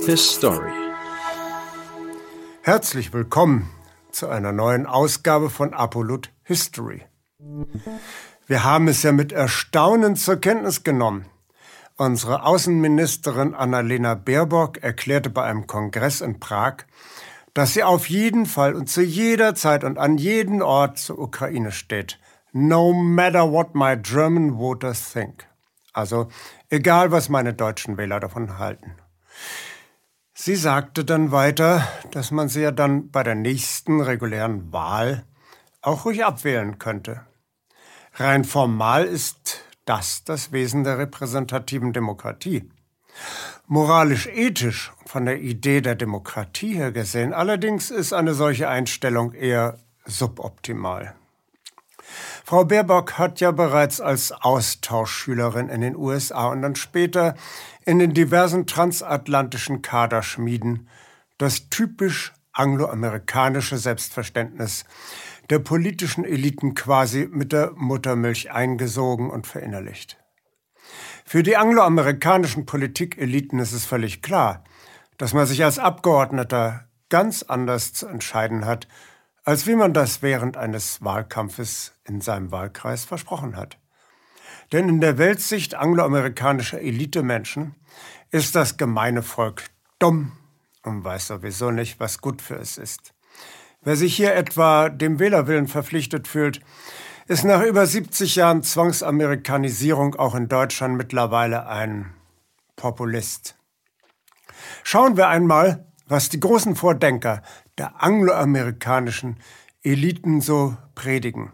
His Story. Herzlich willkommen zu einer neuen Ausgabe von Apollut History. Wir haben es ja mit Erstaunen zur Kenntnis genommen. Unsere Außenministerin Annalena Baerbock erklärte bei einem Kongress in Prag, dass sie auf jeden Fall und zu jeder Zeit und an jedem Ort zur Ukraine steht. No matter what my German voters think. Also egal, was meine deutschen Wähler davon halten. Sie sagte dann weiter, dass man sie ja dann bei der nächsten regulären Wahl auch ruhig abwählen könnte. Rein formal ist das Wesen der repräsentativen Demokratie. Moralisch-ethisch von der Idee der Demokratie her gesehen, allerdings ist eine solche Einstellung eher suboptimal. Frau Baerbock hat ja bereits als Austauschschülerin in den USA und dann später in den diversen transatlantischen Kaderschmieden das typisch angloamerikanische Selbstverständnis der politischen Eliten quasi mit der Muttermilch eingesogen und verinnerlicht. Für die angloamerikanischen Politikeliten ist es völlig klar, dass man sich als Abgeordneter ganz anders zu entscheiden hat, als wie man das während eines Wahlkampfes in seinem Wahlkreis versprochen hat. Denn in der Weltsicht angloamerikanischer Elitemenschen ist das gemeine Volk dumm und weiß sowieso nicht, was gut für es ist. Wer sich hier etwa dem Wählerwillen verpflichtet fühlt, ist nach über 70 Jahren Zwangsamerikanisierung auch in Deutschland mittlerweile ein Populist. Schauen wir einmal, was die großen Vordenker der angloamerikanischen Eliten so predigen.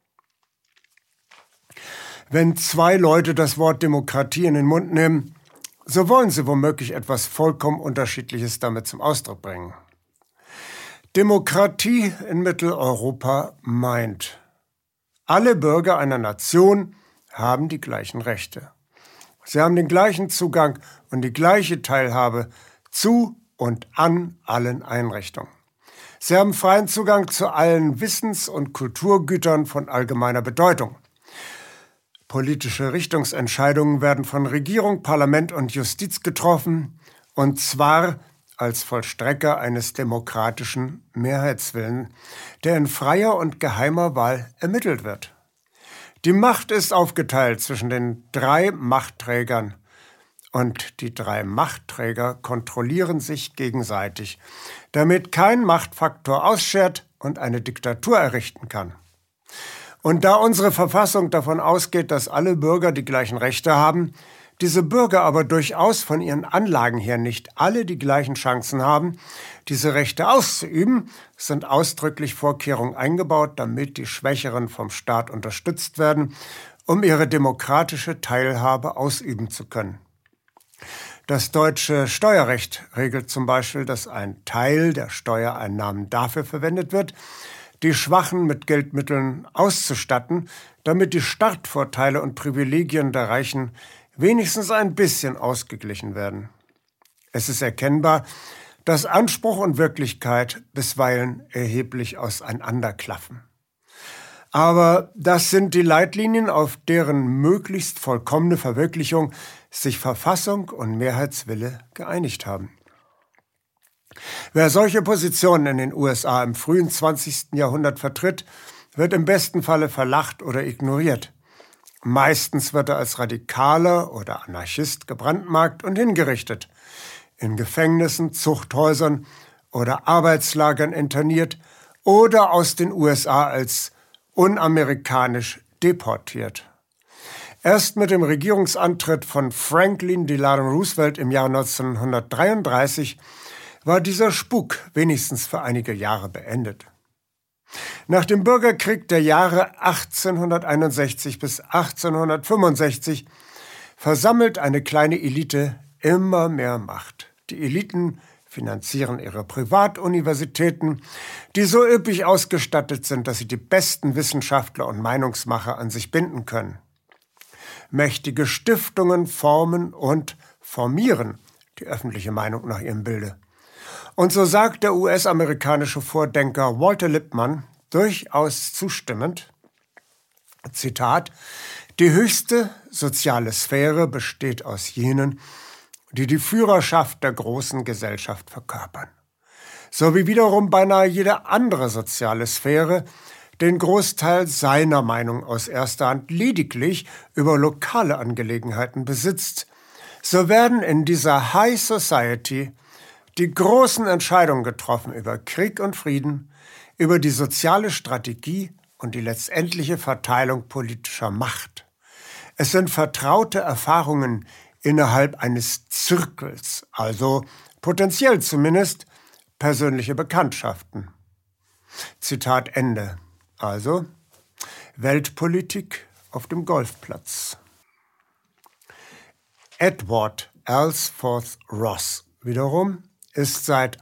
Wenn zwei Leute das Wort Demokratie in den Mund nehmen, so wollen sie womöglich etwas vollkommen Unterschiedliches damit zum Ausdruck bringen. Demokratie in Mitteleuropa meint, alle Bürger einer Nation haben die gleichen Rechte. Sie haben den gleichen Zugang und die gleiche Teilhabe zu und an allen Einrichtungen. Sie haben freien Zugang zu allen Wissens- und Kulturgütern von allgemeiner Bedeutung. Politische Richtungsentscheidungen werden von Regierung, Parlament und Justiz getroffen, und zwar als Vollstrecker eines demokratischen Mehrheitswillens, der in freier und geheimer Wahl ermittelt wird. Die Macht ist aufgeteilt zwischen den 3 Machtträgern, und die 3 Machtträger kontrollieren sich gegenseitig, damit kein Machtfaktor ausschert und eine Diktatur errichten kann. Und da unsere Verfassung davon ausgeht, dass alle Bürger die gleichen Rechte haben, diese Bürger aber durchaus von ihren Anlagen her nicht alle die gleichen Chancen haben, diese Rechte auszuüben, sind ausdrücklich Vorkehrungen eingebaut, damit die Schwächeren vom Staat unterstützt werden, um ihre demokratische Teilhabe ausüben zu können. Das deutsche Steuerrecht regelt zum Beispiel, dass ein Teil der Steuereinnahmen dafür verwendet wird, die Schwachen mit Geldmitteln auszustatten, damit die Startvorteile und Privilegien der Reichen wenigstens ein bisschen ausgeglichen werden. Es ist erkennbar, dass Anspruch und Wirklichkeit bisweilen erheblich auseinanderklaffen. Aber das sind die Leitlinien, auf deren möglichst vollkommene Verwirklichung sich Verfassung und Mehrheitswille geeinigt haben. Wer solche Positionen in den USA im frühen 20. Jahrhundert vertritt, wird im besten Falle verlacht oder ignoriert. Meistens wird er als Radikaler oder Anarchist gebrandmarkt und hingerichtet, in Gefängnissen, Zuchthäusern oder Arbeitslagern interniert oder aus den USA als unamerikanisch deportiert. Erst mit dem Regierungsantritt von Franklin Delano Roosevelt im Jahr 1933 war dieser Spuk wenigstens für einige Jahre beendet. Nach dem Bürgerkrieg der Jahre 1861 bis 1865 versammelt eine kleine Elite immer mehr Macht. Die Eliten finanzieren ihre Privatuniversitäten, die so üppig ausgestattet sind, dass sie die besten Wissenschaftler und Meinungsmacher an sich binden können. Mächtige Stiftungen formen und formieren die öffentliche Meinung nach ihrem Bilde. Und so sagt der US-amerikanische Vordenker Walter Lippmann durchaus zustimmend, Zitat, die höchste soziale Sphäre besteht aus jenen, die die Führerschaft der großen Gesellschaft verkörpern. So wie wiederum beinahe jede andere soziale Sphäre den Großteil seiner Meinung aus erster Hand lediglich über lokale Angelegenheiten besitzt, so werden in dieser High Society die großen Entscheidungen getroffen über Krieg und Frieden, über die soziale Strategie und die letztendliche Verteilung politischer Macht. Es sind vertraute Erfahrungen innerhalb eines Zirkels, also potenziell zumindest persönliche Bekanntschaften. Zitat Ende. Also Weltpolitik auf dem Golfplatz. Edward Ellsworth Ross wiederum ist seit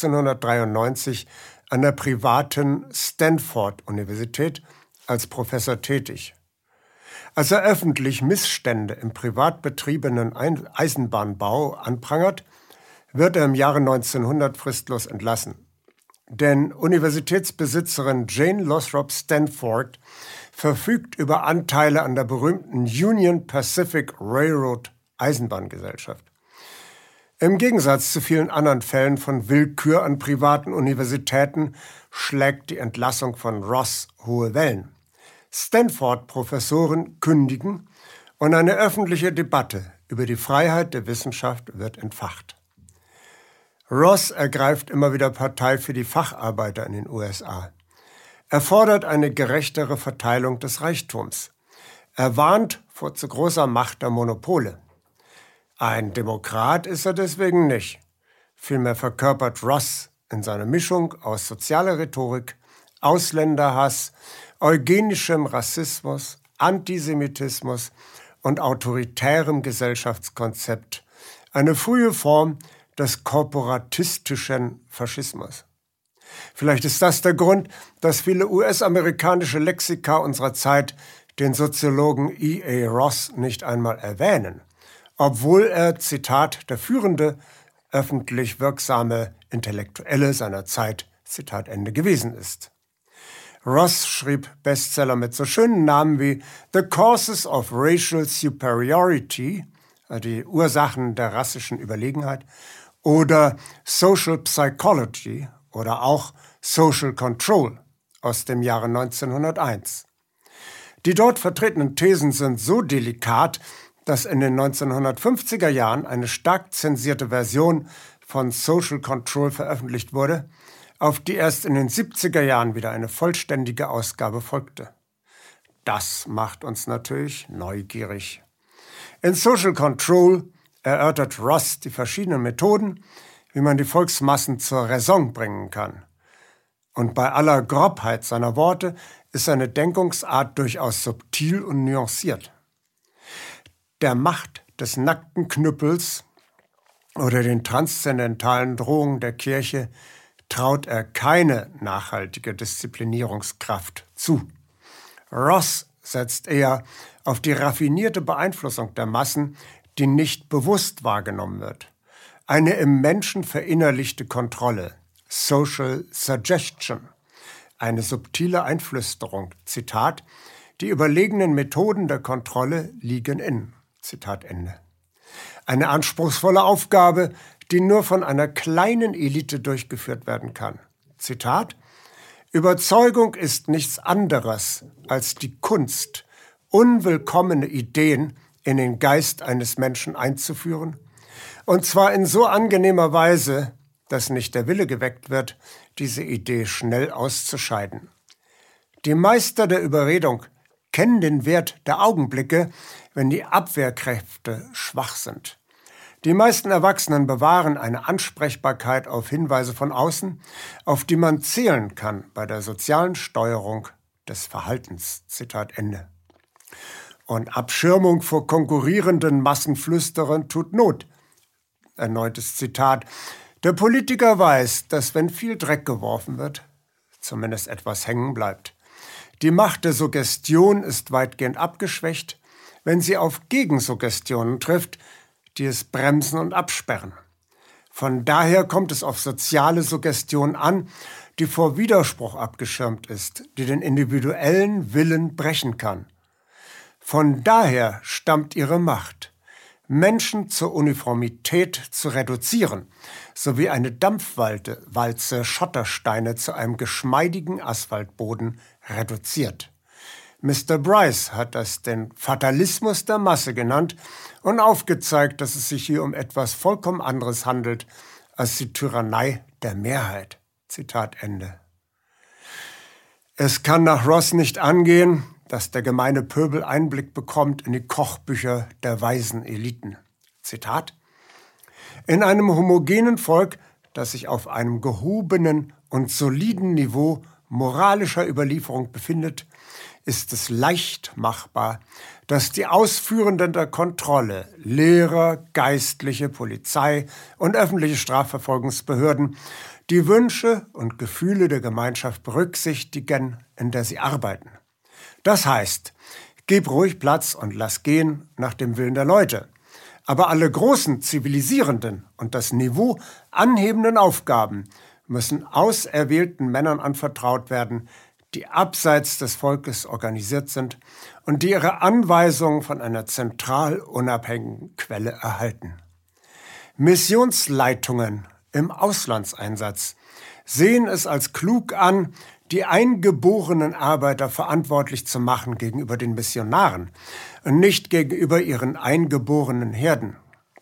1893 an der privaten Stanford-Universität als Professor tätig. Als er öffentlich Missstände im privat betriebenen Eisenbahnbau anprangert, wird er im Jahre 1900 fristlos entlassen. Denn Universitätsbesitzerin Jane Lothrop Stanford verfügt über Anteile an der berühmten Union Pacific Railroad Eisenbahngesellschaft. Im Gegensatz zu vielen anderen Fällen von Willkür an privaten Universitäten schlägt die Entlassung von Ross hohe Wellen. Stanford-Professoren kündigen und eine öffentliche Debatte über die Freiheit der Wissenschaft wird entfacht. Ross ergreift immer wieder Partei für die Facharbeiter in den USA. Er fordert eine gerechtere Verteilung des Reichtums. Er warnt vor zu großer Macht der Monopole. Ein Demokrat ist er deswegen nicht. Vielmehr verkörpert Ross in seiner Mischung aus sozialer Rhetorik, Ausländerhass, eugenischem Rassismus, Antisemitismus und autoritärem Gesellschaftskonzept eine frühe Form des korporatistischen Faschismus. Vielleicht ist das der Grund, dass viele US-amerikanische Lexika unserer Zeit den Soziologen E.A. Ross nicht einmal erwähnen, obwohl er, Zitat, der führende, öffentlich wirksame Intellektuelle seiner Zeit, Zitat Ende, gewesen ist. Ross schrieb Bestseller mit so schönen Namen wie The Causes of Racial Superiority, die Ursachen der rassischen Überlegenheit, oder Social Psychology oder auch Social Control aus dem Jahre 1901. Die dort vertretenen Thesen sind so delikat, dass in den 1950er Jahren eine stark zensierte Version von Social Control veröffentlicht wurde, auf die erst in den 70er Jahren wieder eine vollständige Ausgabe folgte. Das macht uns natürlich neugierig. In Social Control erörtert Ross die verschiedenen Methoden, wie man die Volksmassen zur Raison bringen kann. Und bei aller Grobheit seiner Worte ist seine Denkungsart durchaus subtil und nuanciert. Der Macht des nackten Knüppels oder den transzendentalen Drohungen der Kirche traut er keine nachhaltige Disziplinierungskraft zu. Ross setzt eher auf die raffinierte Beeinflussung der Massen, die nicht bewusst wahrgenommen wird. Eine im Menschen verinnerlichte Kontrolle, Social Suggestion, eine subtile Einflüsterung, Zitat, die überlegenen Methoden der Kontrolle liegen in, Zitat Ende. Eine anspruchsvolle Aufgabe, die nur von einer kleinen Elite durchgeführt werden kann. Zitat, Überzeugung ist nichts anderes als die Kunst, unwillkommene Ideen in den Geist eines Menschen einzuführen, und zwar in so angenehmer Weise, dass nicht der Wille geweckt wird, diese Idee schnell auszuscheiden. Die Meister der Überredung kennen den Wert der Augenblicke, wenn die Abwehrkräfte schwach sind. Die meisten Erwachsenen bewahren eine Ansprechbarkeit auf Hinweise von außen, auf die man zählen kann bei der sozialen Steuerung des Verhaltens. Zitat Ende. Und Abschirmung vor konkurrierenden Massenflüsterern tut Not. Erneutes Zitat. Der Politiker weiß, dass wenn viel Dreck geworfen wird, zumindest etwas hängen bleibt. Die Macht der Suggestion ist weitgehend abgeschwächt, wenn sie auf Gegensuggestionen trifft, die es bremsen und absperren. Von daher kommt es auf soziale Suggestion an, die vor Widerspruch abgeschirmt ist, die den individuellen Willen brechen kann. Von daher stammt ihre Macht, Menschen zur Uniformität zu reduzieren, sowie eine Dampfwalze Schottersteine zu einem geschmeidigen Asphaltboden reduziert. Mr. Bryce hat das den Fatalismus der Masse genannt und aufgezeigt, dass es sich hier um etwas vollkommen anderes handelt als die Tyrannei der Mehrheit. Zitat Ende. Es kann nach Ross nicht angehen, dass der gemeine Pöbel Einblick bekommt in die Kochbücher der weisen Eliten. Zitat: In einem homogenen Volk, das sich auf einem gehobenen und soliden Niveau moralischer Überlieferung befindet, ist es leicht machbar, dass die Ausführenden der Kontrolle, Lehrer, Geistliche, Polizei und öffentliche Strafverfolgungsbehörden, die Wünsche und Gefühle der Gemeinschaft berücksichtigen, in der sie arbeiten. Das heißt, gib ruhig Platz und lass gehen nach dem Willen der Leute. Aber alle großen, zivilisierenden und das Niveau anhebenden Aufgaben müssen auserwählten Männern anvertraut werden, die abseits des Volkes organisiert sind und die ihre Anweisungen von einer zentral unabhängigen Quelle erhalten. Missionsleitungen im Auslandseinsatz sehen es als klug an, die eingeborenen Arbeiter verantwortlich zu machen gegenüber den Missionaren und nicht gegenüber ihren eingeborenen Herden.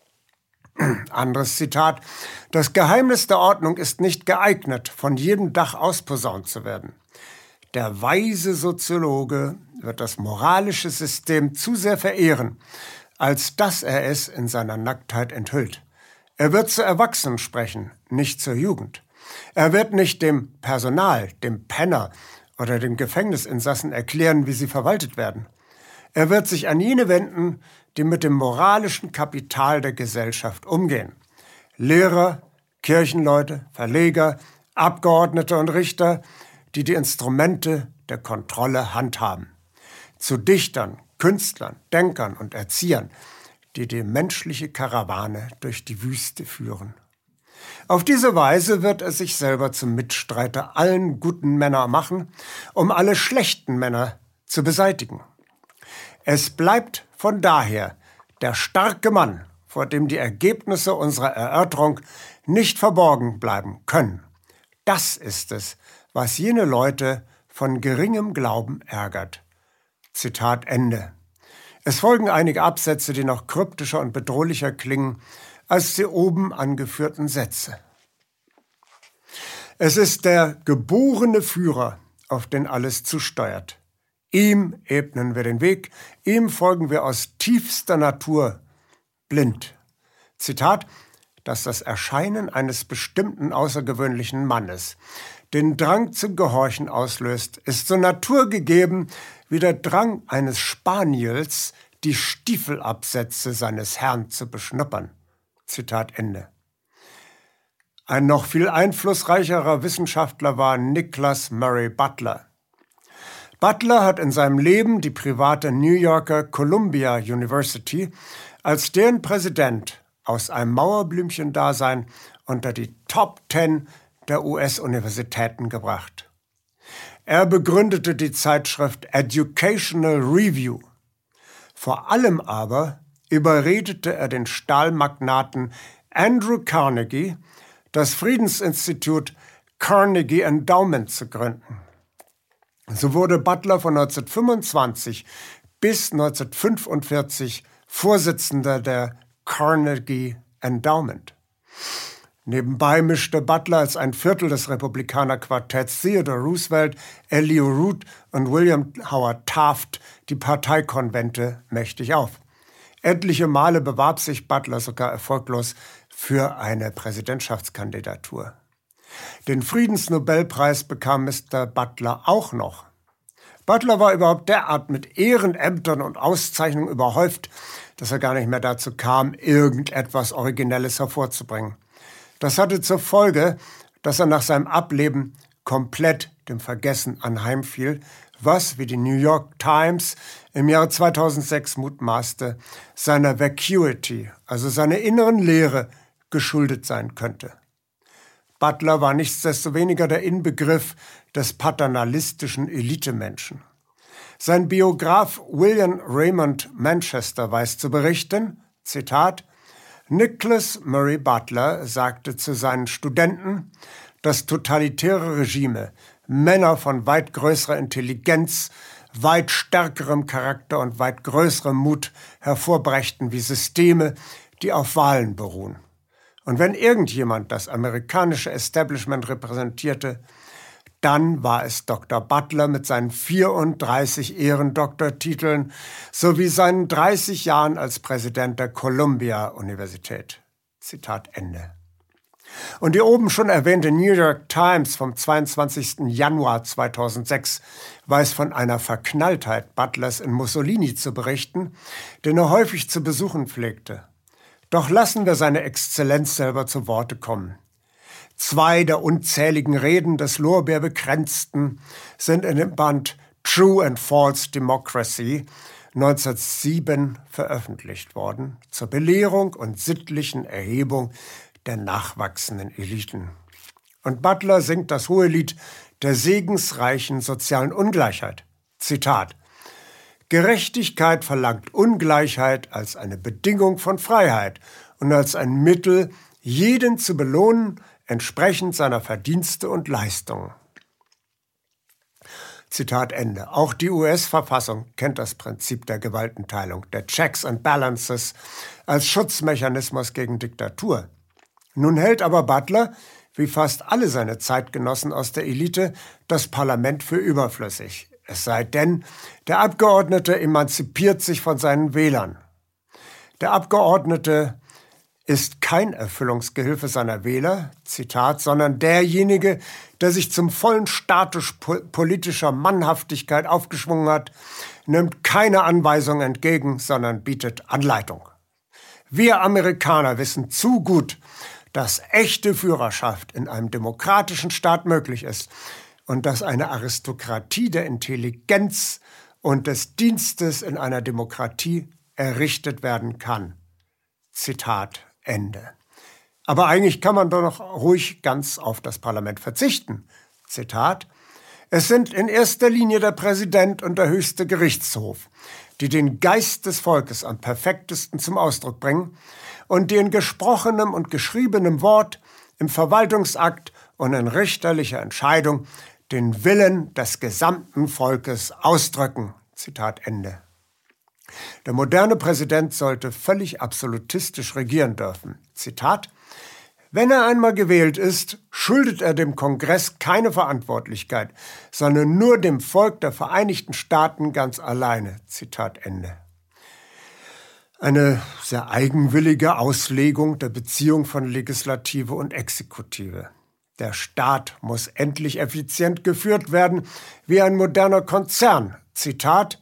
Anderes Zitat: Das Geheimnis der Ordnung ist nicht geeignet, von jedem Dach aus posaunt zu werden. Der weise Soziologe wird das moralische System zu sehr verehren, als dass er es in seiner Nacktheit enthüllt. Er wird zu Erwachsenen sprechen, nicht zur Jugend. Er wird nicht dem Personal, dem Penner oder dem Gefängnisinsassen erklären, wie sie verwaltet werden. Er wird sich an jene wenden, die mit dem moralischen Kapital der Gesellschaft umgehen. Lehrer, Kirchenleute, Verleger, Abgeordnete und Richter, die die Instrumente der Kontrolle handhaben. Zu Dichtern, Künstlern, Denkern und Erziehern, die die menschliche Karawane durch die Wüste führen. Auf diese Weise wird er sich selber zum Mitstreiter allen guten Männer machen, um alle schlechten Männer zu beseitigen. Es bleibt von daher der starke Mann, vor dem die Ergebnisse unserer Erörterung nicht verborgen bleiben können. Das ist es, was jene Leute von geringem Glauben ärgert. Zitat Ende. Es folgen einige Absätze, die noch kryptischer und bedrohlicher klingen als die oben angeführten Sätze. Es ist der geborene Führer, auf den alles zusteuert. Ihm ebnen wir den Weg, ihm folgen wir aus tiefster Natur blind. Zitat: Dass das Erscheinen eines bestimmten außergewöhnlichen Mannes den Drang zum Gehorchen auslöst, ist so naturgegeben wie der Drang eines Spaniels, die Stiefelabsätze seines Herrn zu beschnuppern. Zitat Ende. Ein noch viel einflussreicherer Wissenschaftler war Nicholas Murray Butler. Butler hat in seinem Leben die private New Yorker Columbia University als deren Präsident aus einem Mauerblümchen-Dasein unter die Top 10 der US-Universitäten gebracht. Er begründete die Zeitschrift Educational Review. Vor allem aber überredete er den Stahlmagnaten Andrew Carnegie, das Friedensinstitut Carnegie Endowment zu gründen. So wurde Butler von 1925 bis 1945 Vorsitzender der Carnegie Endowment. Nebenbei mischte Butler als ein Viertel des Republikanerquartetts Theodore Roosevelt, Elio Root und William Howard Taft die Parteikonvente mächtig auf. Etliche Male bewarb sich Butler sogar erfolglos für eine Präsidentschaftskandidatur. Den Friedensnobelpreis bekam Mr. Butler auch noch. Butler war überhaupt derart mit Ehrenämtern und Auszeichnungen überhäuft, dass er gar nicht mehr dazu kam, irgendetwas Originelles hervorzubringen. Das hatte zur Folge, dass er nach seinem Ableben komplett dem Vergessen anheimfiel, was, wie die New York Times im Jahre 2006 mutmaßte, seiner Vacuity, also seiner inneren Leere, geschuldet sein könnte. Butler war nichtsdestoweniger der Inbegriff des paternalistischen Elitemenschen. Sein Biograf William Raymond Manchester weiß zu berichten, Zitat: Nicholas Murray Butler sagte zu seinen Studenten, dass totalitäre Regime Männer von weit größerer Intelligenz, weit stärkerem Charakter und weit größerem Mut hervorbrächten wie Systeme, die auf Wahlen beruhen. Und wenn irgendjemand das amerikanische Establishment repräsentierte, dann war es Dr. Butler mit seinen 34 Ehrendoktortiteln sowie seinen 30 Jahren als Präsident der Columbia-Universität. Zitat Ende. Und die oben schon erwähnte New York Times vom 22. Januar 2006 weiß von einer Verknalltheit Butlers in Mussolini zu berichten, den er häufig zu besuchen pflegte. Doch lassen wir seine Exzellenz selber zu Worte kommen. 2 der unzähligen Reden des Lorbeerbekränzten sind in dem Band True and False Democracy 1907 veröffentlicht worden, zur Belehrung und sittlichen Erhebung der nachwachsenden Eliten. Und Butler singt das Hohelied der segensreichen sozialen Ungleichheit. Zitat: Gerechtigkeit verlangt Ungleichheit als eine Bedingung von Freiheit und als ein Mittel, jeden zu belohnen, entsprechend seiner Verdienste und Leistungen. Zitat Ende. Auch die US-Verfassung kennt das Prinzip der Gewaltenteilung, der Checks and Balances, als Schutzmechanismus gegen Diktatur. Nun hält aber Butler, wie fast alle seine Zeitgenossen aus der Elite, das Parlament für überflüssig. Es sei denn, der Abgeordnete emanzipiert sich von seinen Wählern. Der Abgeordnete ist kein Erfüllungsgehilfe seiner Wähler, Zitat, sondern derjenige, der sich zum vollen Status politischer Mannhaftigkeit aufgeschwungen hat, nimmt keine Anweisung entgegen, sondern bietet Anleitung. Wir Amerikaner wissen zu gut, dass echte Führerschaft in einem demokratischen Staat möglich ist und dass eine Aristokratie der Intelligenz und des Dienstes in einer Demokratie errichtet werden kann. Zitat Ende. Aber eigentlich kann man doch noch ruhig ganz auf das Parlament verzichten. Zitat: Es sind in erster Linie der Präsident und der höchste Gerichtshof, die den Geist des Volkes am perfektesten zum Ausdruck bringen und die in gesprochenem und geschriebenem Wort, im Verwaltungsakt und in richterlicher Entscheidung den Willen des gesamten Volkes ausdrücken. Zitat Ende. Der moderne Präsident sollte völlig absolutistisch regieren dürfen. Zitat: Wenn er einmal gewählt ist, schuldet er dem Kongress keine Verantwortlichkeit, sondern nur dem Volk der Vereinigten Staaten ganz alleine. Zitat Ende. Eine sehr eigenwillige Auslegung der Beziehung von Legislative und Exekutive. Der Staat muss endlich effizient geführt werden, wie ein moderner Konzern. Zitat: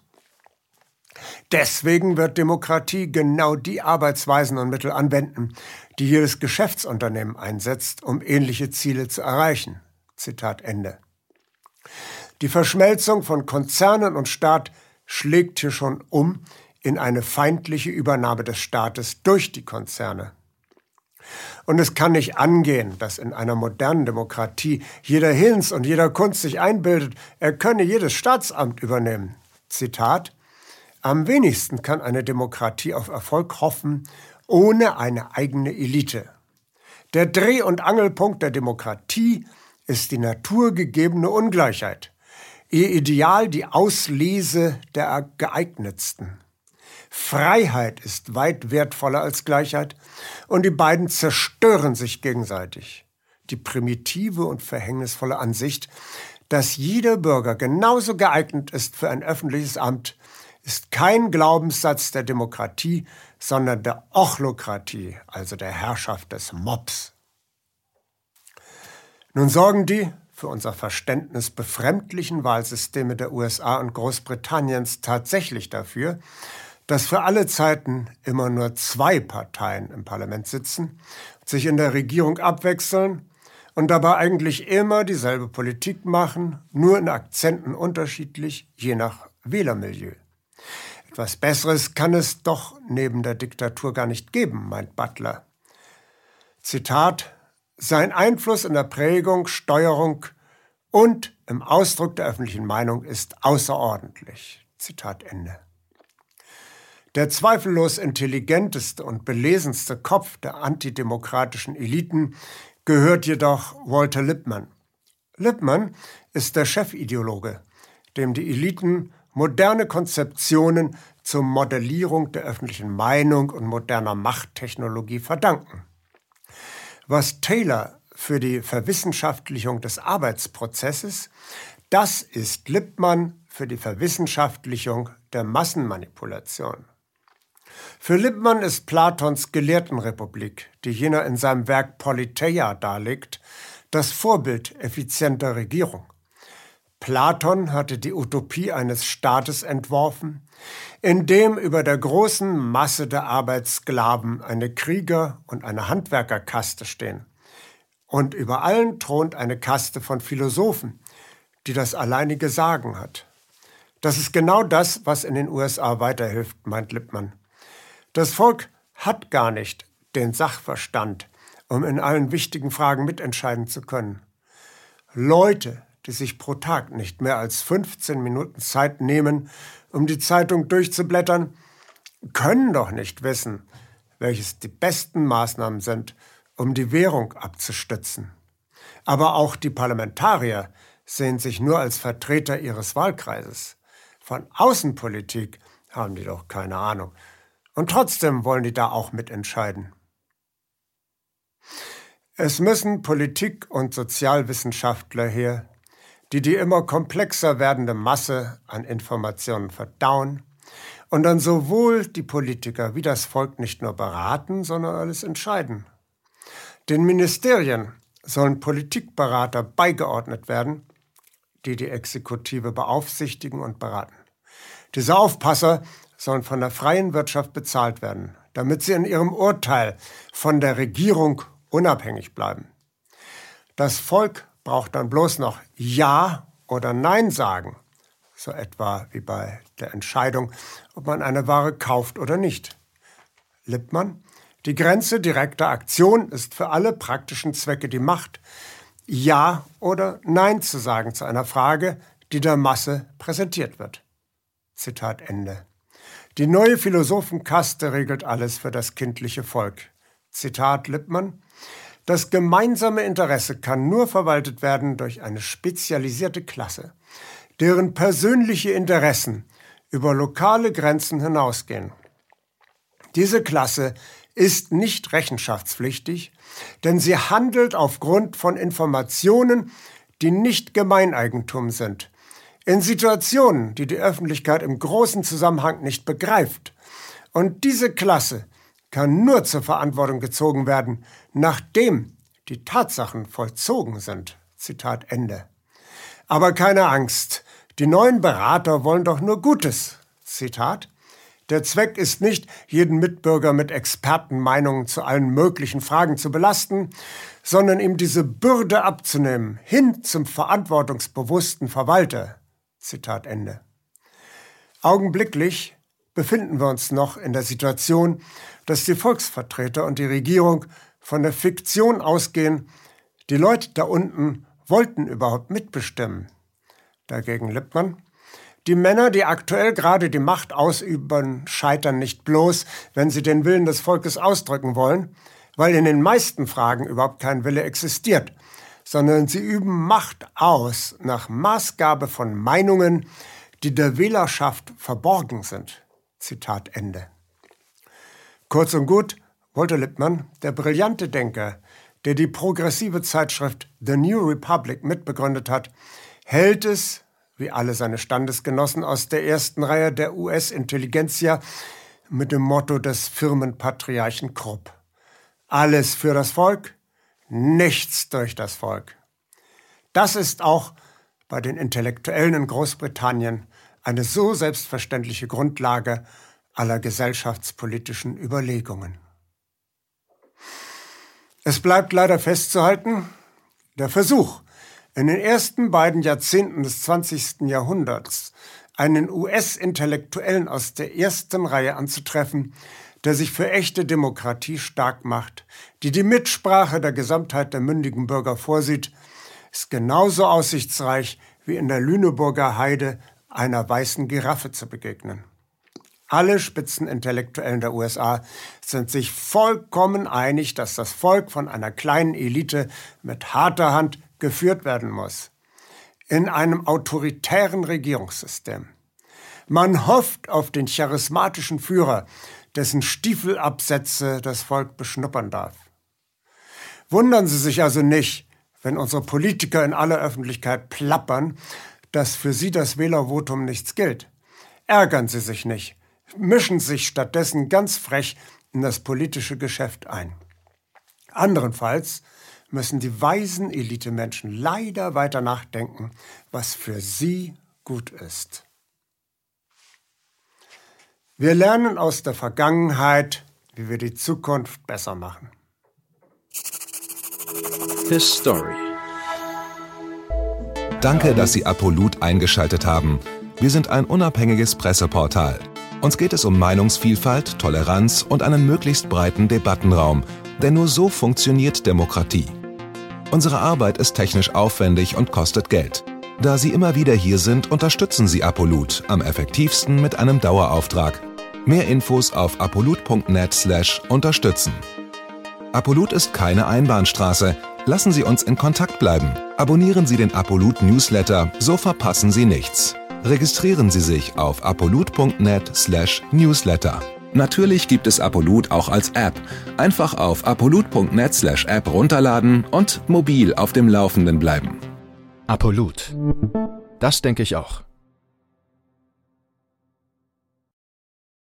Deswegen wird Demokratie genau die Arbeitsweisen und Mittel anwenden, die jedes Geschäftsunternehmen einsetzt, um ähnliche Ziele zu erreichen. Zitat Ende. Die Verschmelzung von Konzernen und Staat schlägt hier schon um in eine feindliche Übernahme des Staates durch die Konzerne. Und es kann nicht angehen, dass in einer modernen Demokratie jeder Hinz und jeder Kunst sich einbildet, er könne jedes Staatsamt übernehmen. Zitat: Am wenigsten kann eine Demokratie auf Erfolg hoffen, ohne eine eigene Elite. Der Dreh- und Angelpunkt der Demokratie ist die naturgegebene Ungleichheit, ihr Ideal die Auslese der Geeignetsten. Freiheit ist weit wertvoller als Gleichheit und die beiden zerstören sich gegenseitig. Die primitive und verhängnisvolle Ansicht, dass jeder Bürger genauso geeignet ist für ein öffentliches Amt, ist kein Glaubenssatz der Demokratie, sondern der Ochlokratie, also der Herrschaft des Mobs. Nun sorgen die für unser Verständnis befremdlichen Wahlsysteme der USA und Großbritanniens tatsächlich dafür, dass für alle Zeiten immer nur 2 Parteien im Parlament sitzen, sich in der Regierung abwechseln und dabei eigentlich immer dieselbe Politik machen, nur in Akzenten unterschiedlich, je nach Wählermilieu. Etwas Besseres kann es doch neben der Diktatur gar nicht geben, meint Butler. Zitat: Sein Einfluss in der Prägung, Steuerung und im Ausdruck der öffentlichen Meinung ist außerordentlich. Zitat Ende. Der zweifellos intelligenteste und belesenste Kopf der antidemokratischen Eliten gehört jedoch Walter Lippmann. Lippmann ist der Chefideologe, dem die Eliten moderne Konzeptionen zur Modellierung der öffentlichen Meinung und moderner Machttechnologie verdanken. Was Taylor für die Verwissenschaftlichung des Arbeitsprozesses, das ist Lippmann für die Verwissenschaftlichung der Massenmanipulation. Für Lippmann ist Platons Gelehrtenrepublik, die jener in seinem Werk Politeia darlegt, das Vorbild effizienter Regierung. Platon hatte die Utopie eines Staates entworfen, in dem über der großen Masse der Arbeitssklaven eine Krieger- und eine Handwerkerkaste stehen. Und über allen thront eine Kaste von Philosophen, die das alleinige Sagen hat. Das ist genau das, was in den USA weiterhilft, meint Lippmann. Das Volk hat gar nicht den Sachverstand, um in allen wichtigen Fragen mitentscheiden zu können. Leute, die sich pro Tag nicht mehr als 15 Minuten Zeit nehmen, um die Zeitung durchzublättern, können doch nicht wissen, welches die besten Maßnahmen sind, um die Währung abzustützen. Aber auch die Parlamentarier sehen sich nur als Vertreter ihres Wahlkreises. Von Außenpolitik haben die doch keine Ahnung. Und trotzdem wollen die da auch mitentscheiden. Es müssen Politik- und Sozialwissenschaftler her, die immer komplexer werdende Masse an Informationen verdauen und dann sowohl die Politiker wie das Volk nicht nur beraten, sondern alles entscheiden. Den Ministerien sollen Politikberater beigeordnet werden, die die Exekutive beaufsichtigen und beraten. Diese Aufpasser sollen von der freien Wirtschaft bezahlt werden, damit sie in ihrem Urteil von der Regierung unabhängig bleiben. Das Volk braucht dann bloß noch Ja oder Nein sagen, so etwa wie bei der Entscheidung, ob man eine Ware kauft oder nicht. Lippmann: Die Grenze direkter Aktion ist für alle praktischen Zwecke die Macht, Ja oder Nein zu sagen zu einer Frage, die der Masse präsentiert wird. Zitat Ende. Die neue Philosophenkaste regelt alles für das kindliche Volk. Zitat Lippmann: Das gemeinsame Interesse kann nur verwaltet werden durch eine spezialisierte Klasse, deren persönliche Interessen über lokale Grenzen hinausgehen. Diese Klasse ist nicht rechenschaftspflichtig, denn sie handelt aufgrund von Informationen, die nicht Gemeineigentum sind, in Situationen, die die Öffentlichkeit im großen Zusammenhang nicht begreift. Und diese Klasse kann nur zur Verantwortung gezogen werden, nachdem die Tatsachen vollzogen sind. Zitat Ende. Aber keine Angst, die neuen Berater wollen doch nur Gutes. Zitat: Der Zweck ist nicht, jeden Mitbürger mit Expertenmeinungen zu allen möglichen Fragen zu belasten, sondern ihm diese Bürde abzunehmen, hin zum verantwortungsbewussten Verwalter. Zitat Ende. Augenblicklich befinden wir uns noch in der Situation, dass die Volksvertreter und die Regierung von der Fiktion ausgehen, die Leute da unten wollten überhaupt mitbestimmen. Dagegen Lippmann: Die Männer, die aktuell gerade die Macht ausüben, scheitern nicht bloß, wenn sie den Willen des Volkes ausdrücken wollen, weil in den meisten Fragen überhaupt kein Wille existiert, sondern sie üben Macht aus nach Maßgabe von Meinungen, die der Wählerschaft verborgen sind. Zitat Ende. Kurz und gut, Walter Lippmann, der brillante Denker, der die progressive Zeitschrift The New Republic mitbegründet hat, hält es, wie alle seine Standesgenossen aus der ersten Reihe der US-Intelligenzia, mit dem Motto des Firmenpatriarchen Krupp: Alles für das Volk, nichts durch das Volk. Das ist auch bei den Intellektuellen in Großbritannien eine so selbstverständliche Grundlage aller gesellschaftspolitischen Überlegungen. Es bleibt leider festzuhalten, der Versuch, in den ersten beiden Jahrzehnten des 20. Jahrhunderts einen US-Intellektuellen aus der ersten Reihe anzutreffen, der sich für echte Demokratie stark macht, die Mitsprache der Gesamtheit der mündigen Bürger vorsieht, ist genauso aussichtsreich wie in der Lüneburger Heide einer weißen Giraffe zu begegnen. Alle Spitzenintellektuellen der USA sind sich vollkommen einig, dass das Volk von einer kleinen Elite mit harter Hand geführt werden muss. In einem autoritären Regierungssystem. Man hofft auf den charismatischen Führer, dessen Stiefelabsätze das Volk beschnuppern darf. Wundern Sie sich also nicht, wenn unsere Politiker in aller Öffentlichkeit plappern, dass für sie das Wählervotum nichts gilt. Ärgern Sie sich nicht, mischen sich stattdessen ganz frech in das politische Geschäft ein. Anderenfalls müssen die weisen Elitemenschen leider weiter nachdenken, was für sie gut ist. Wir lernen aus der Vergangenheit, wie wir die Zukunft besser machen. His Story. Danke, dass Sie Apolut eingeschaltet haben. Wir sind ein unabhängiges Presseportal. Uns geht es um Meinungsvielfalt, Toleranz und einen möglichst breiten Debattenraum, denn nur so funktioniert Demokratie. Unsere Arbeit ist technisch aufwendig und kostet Geld. Da Sie immer wieder hier sind, unterstützen Sie Apolut am effektivsten mit einem Dauerauftrag. Mehr Infos auf apolut.net/unterstützen. Apolut ist keine Einbahnstraße. Lassen Sie uns in Kontakt bleiben. Abonnieren Sie den Apolut Newsletter, so verpassen Sie nichts. Registrieren Sie sich auf apolut.net/newsletter. Natürlich gibt es Apolut auch als App. Einfach auf apolut.net/app runterladen und mobil auf dem Laufenden bleiben. Apolut. Das denke ich auch.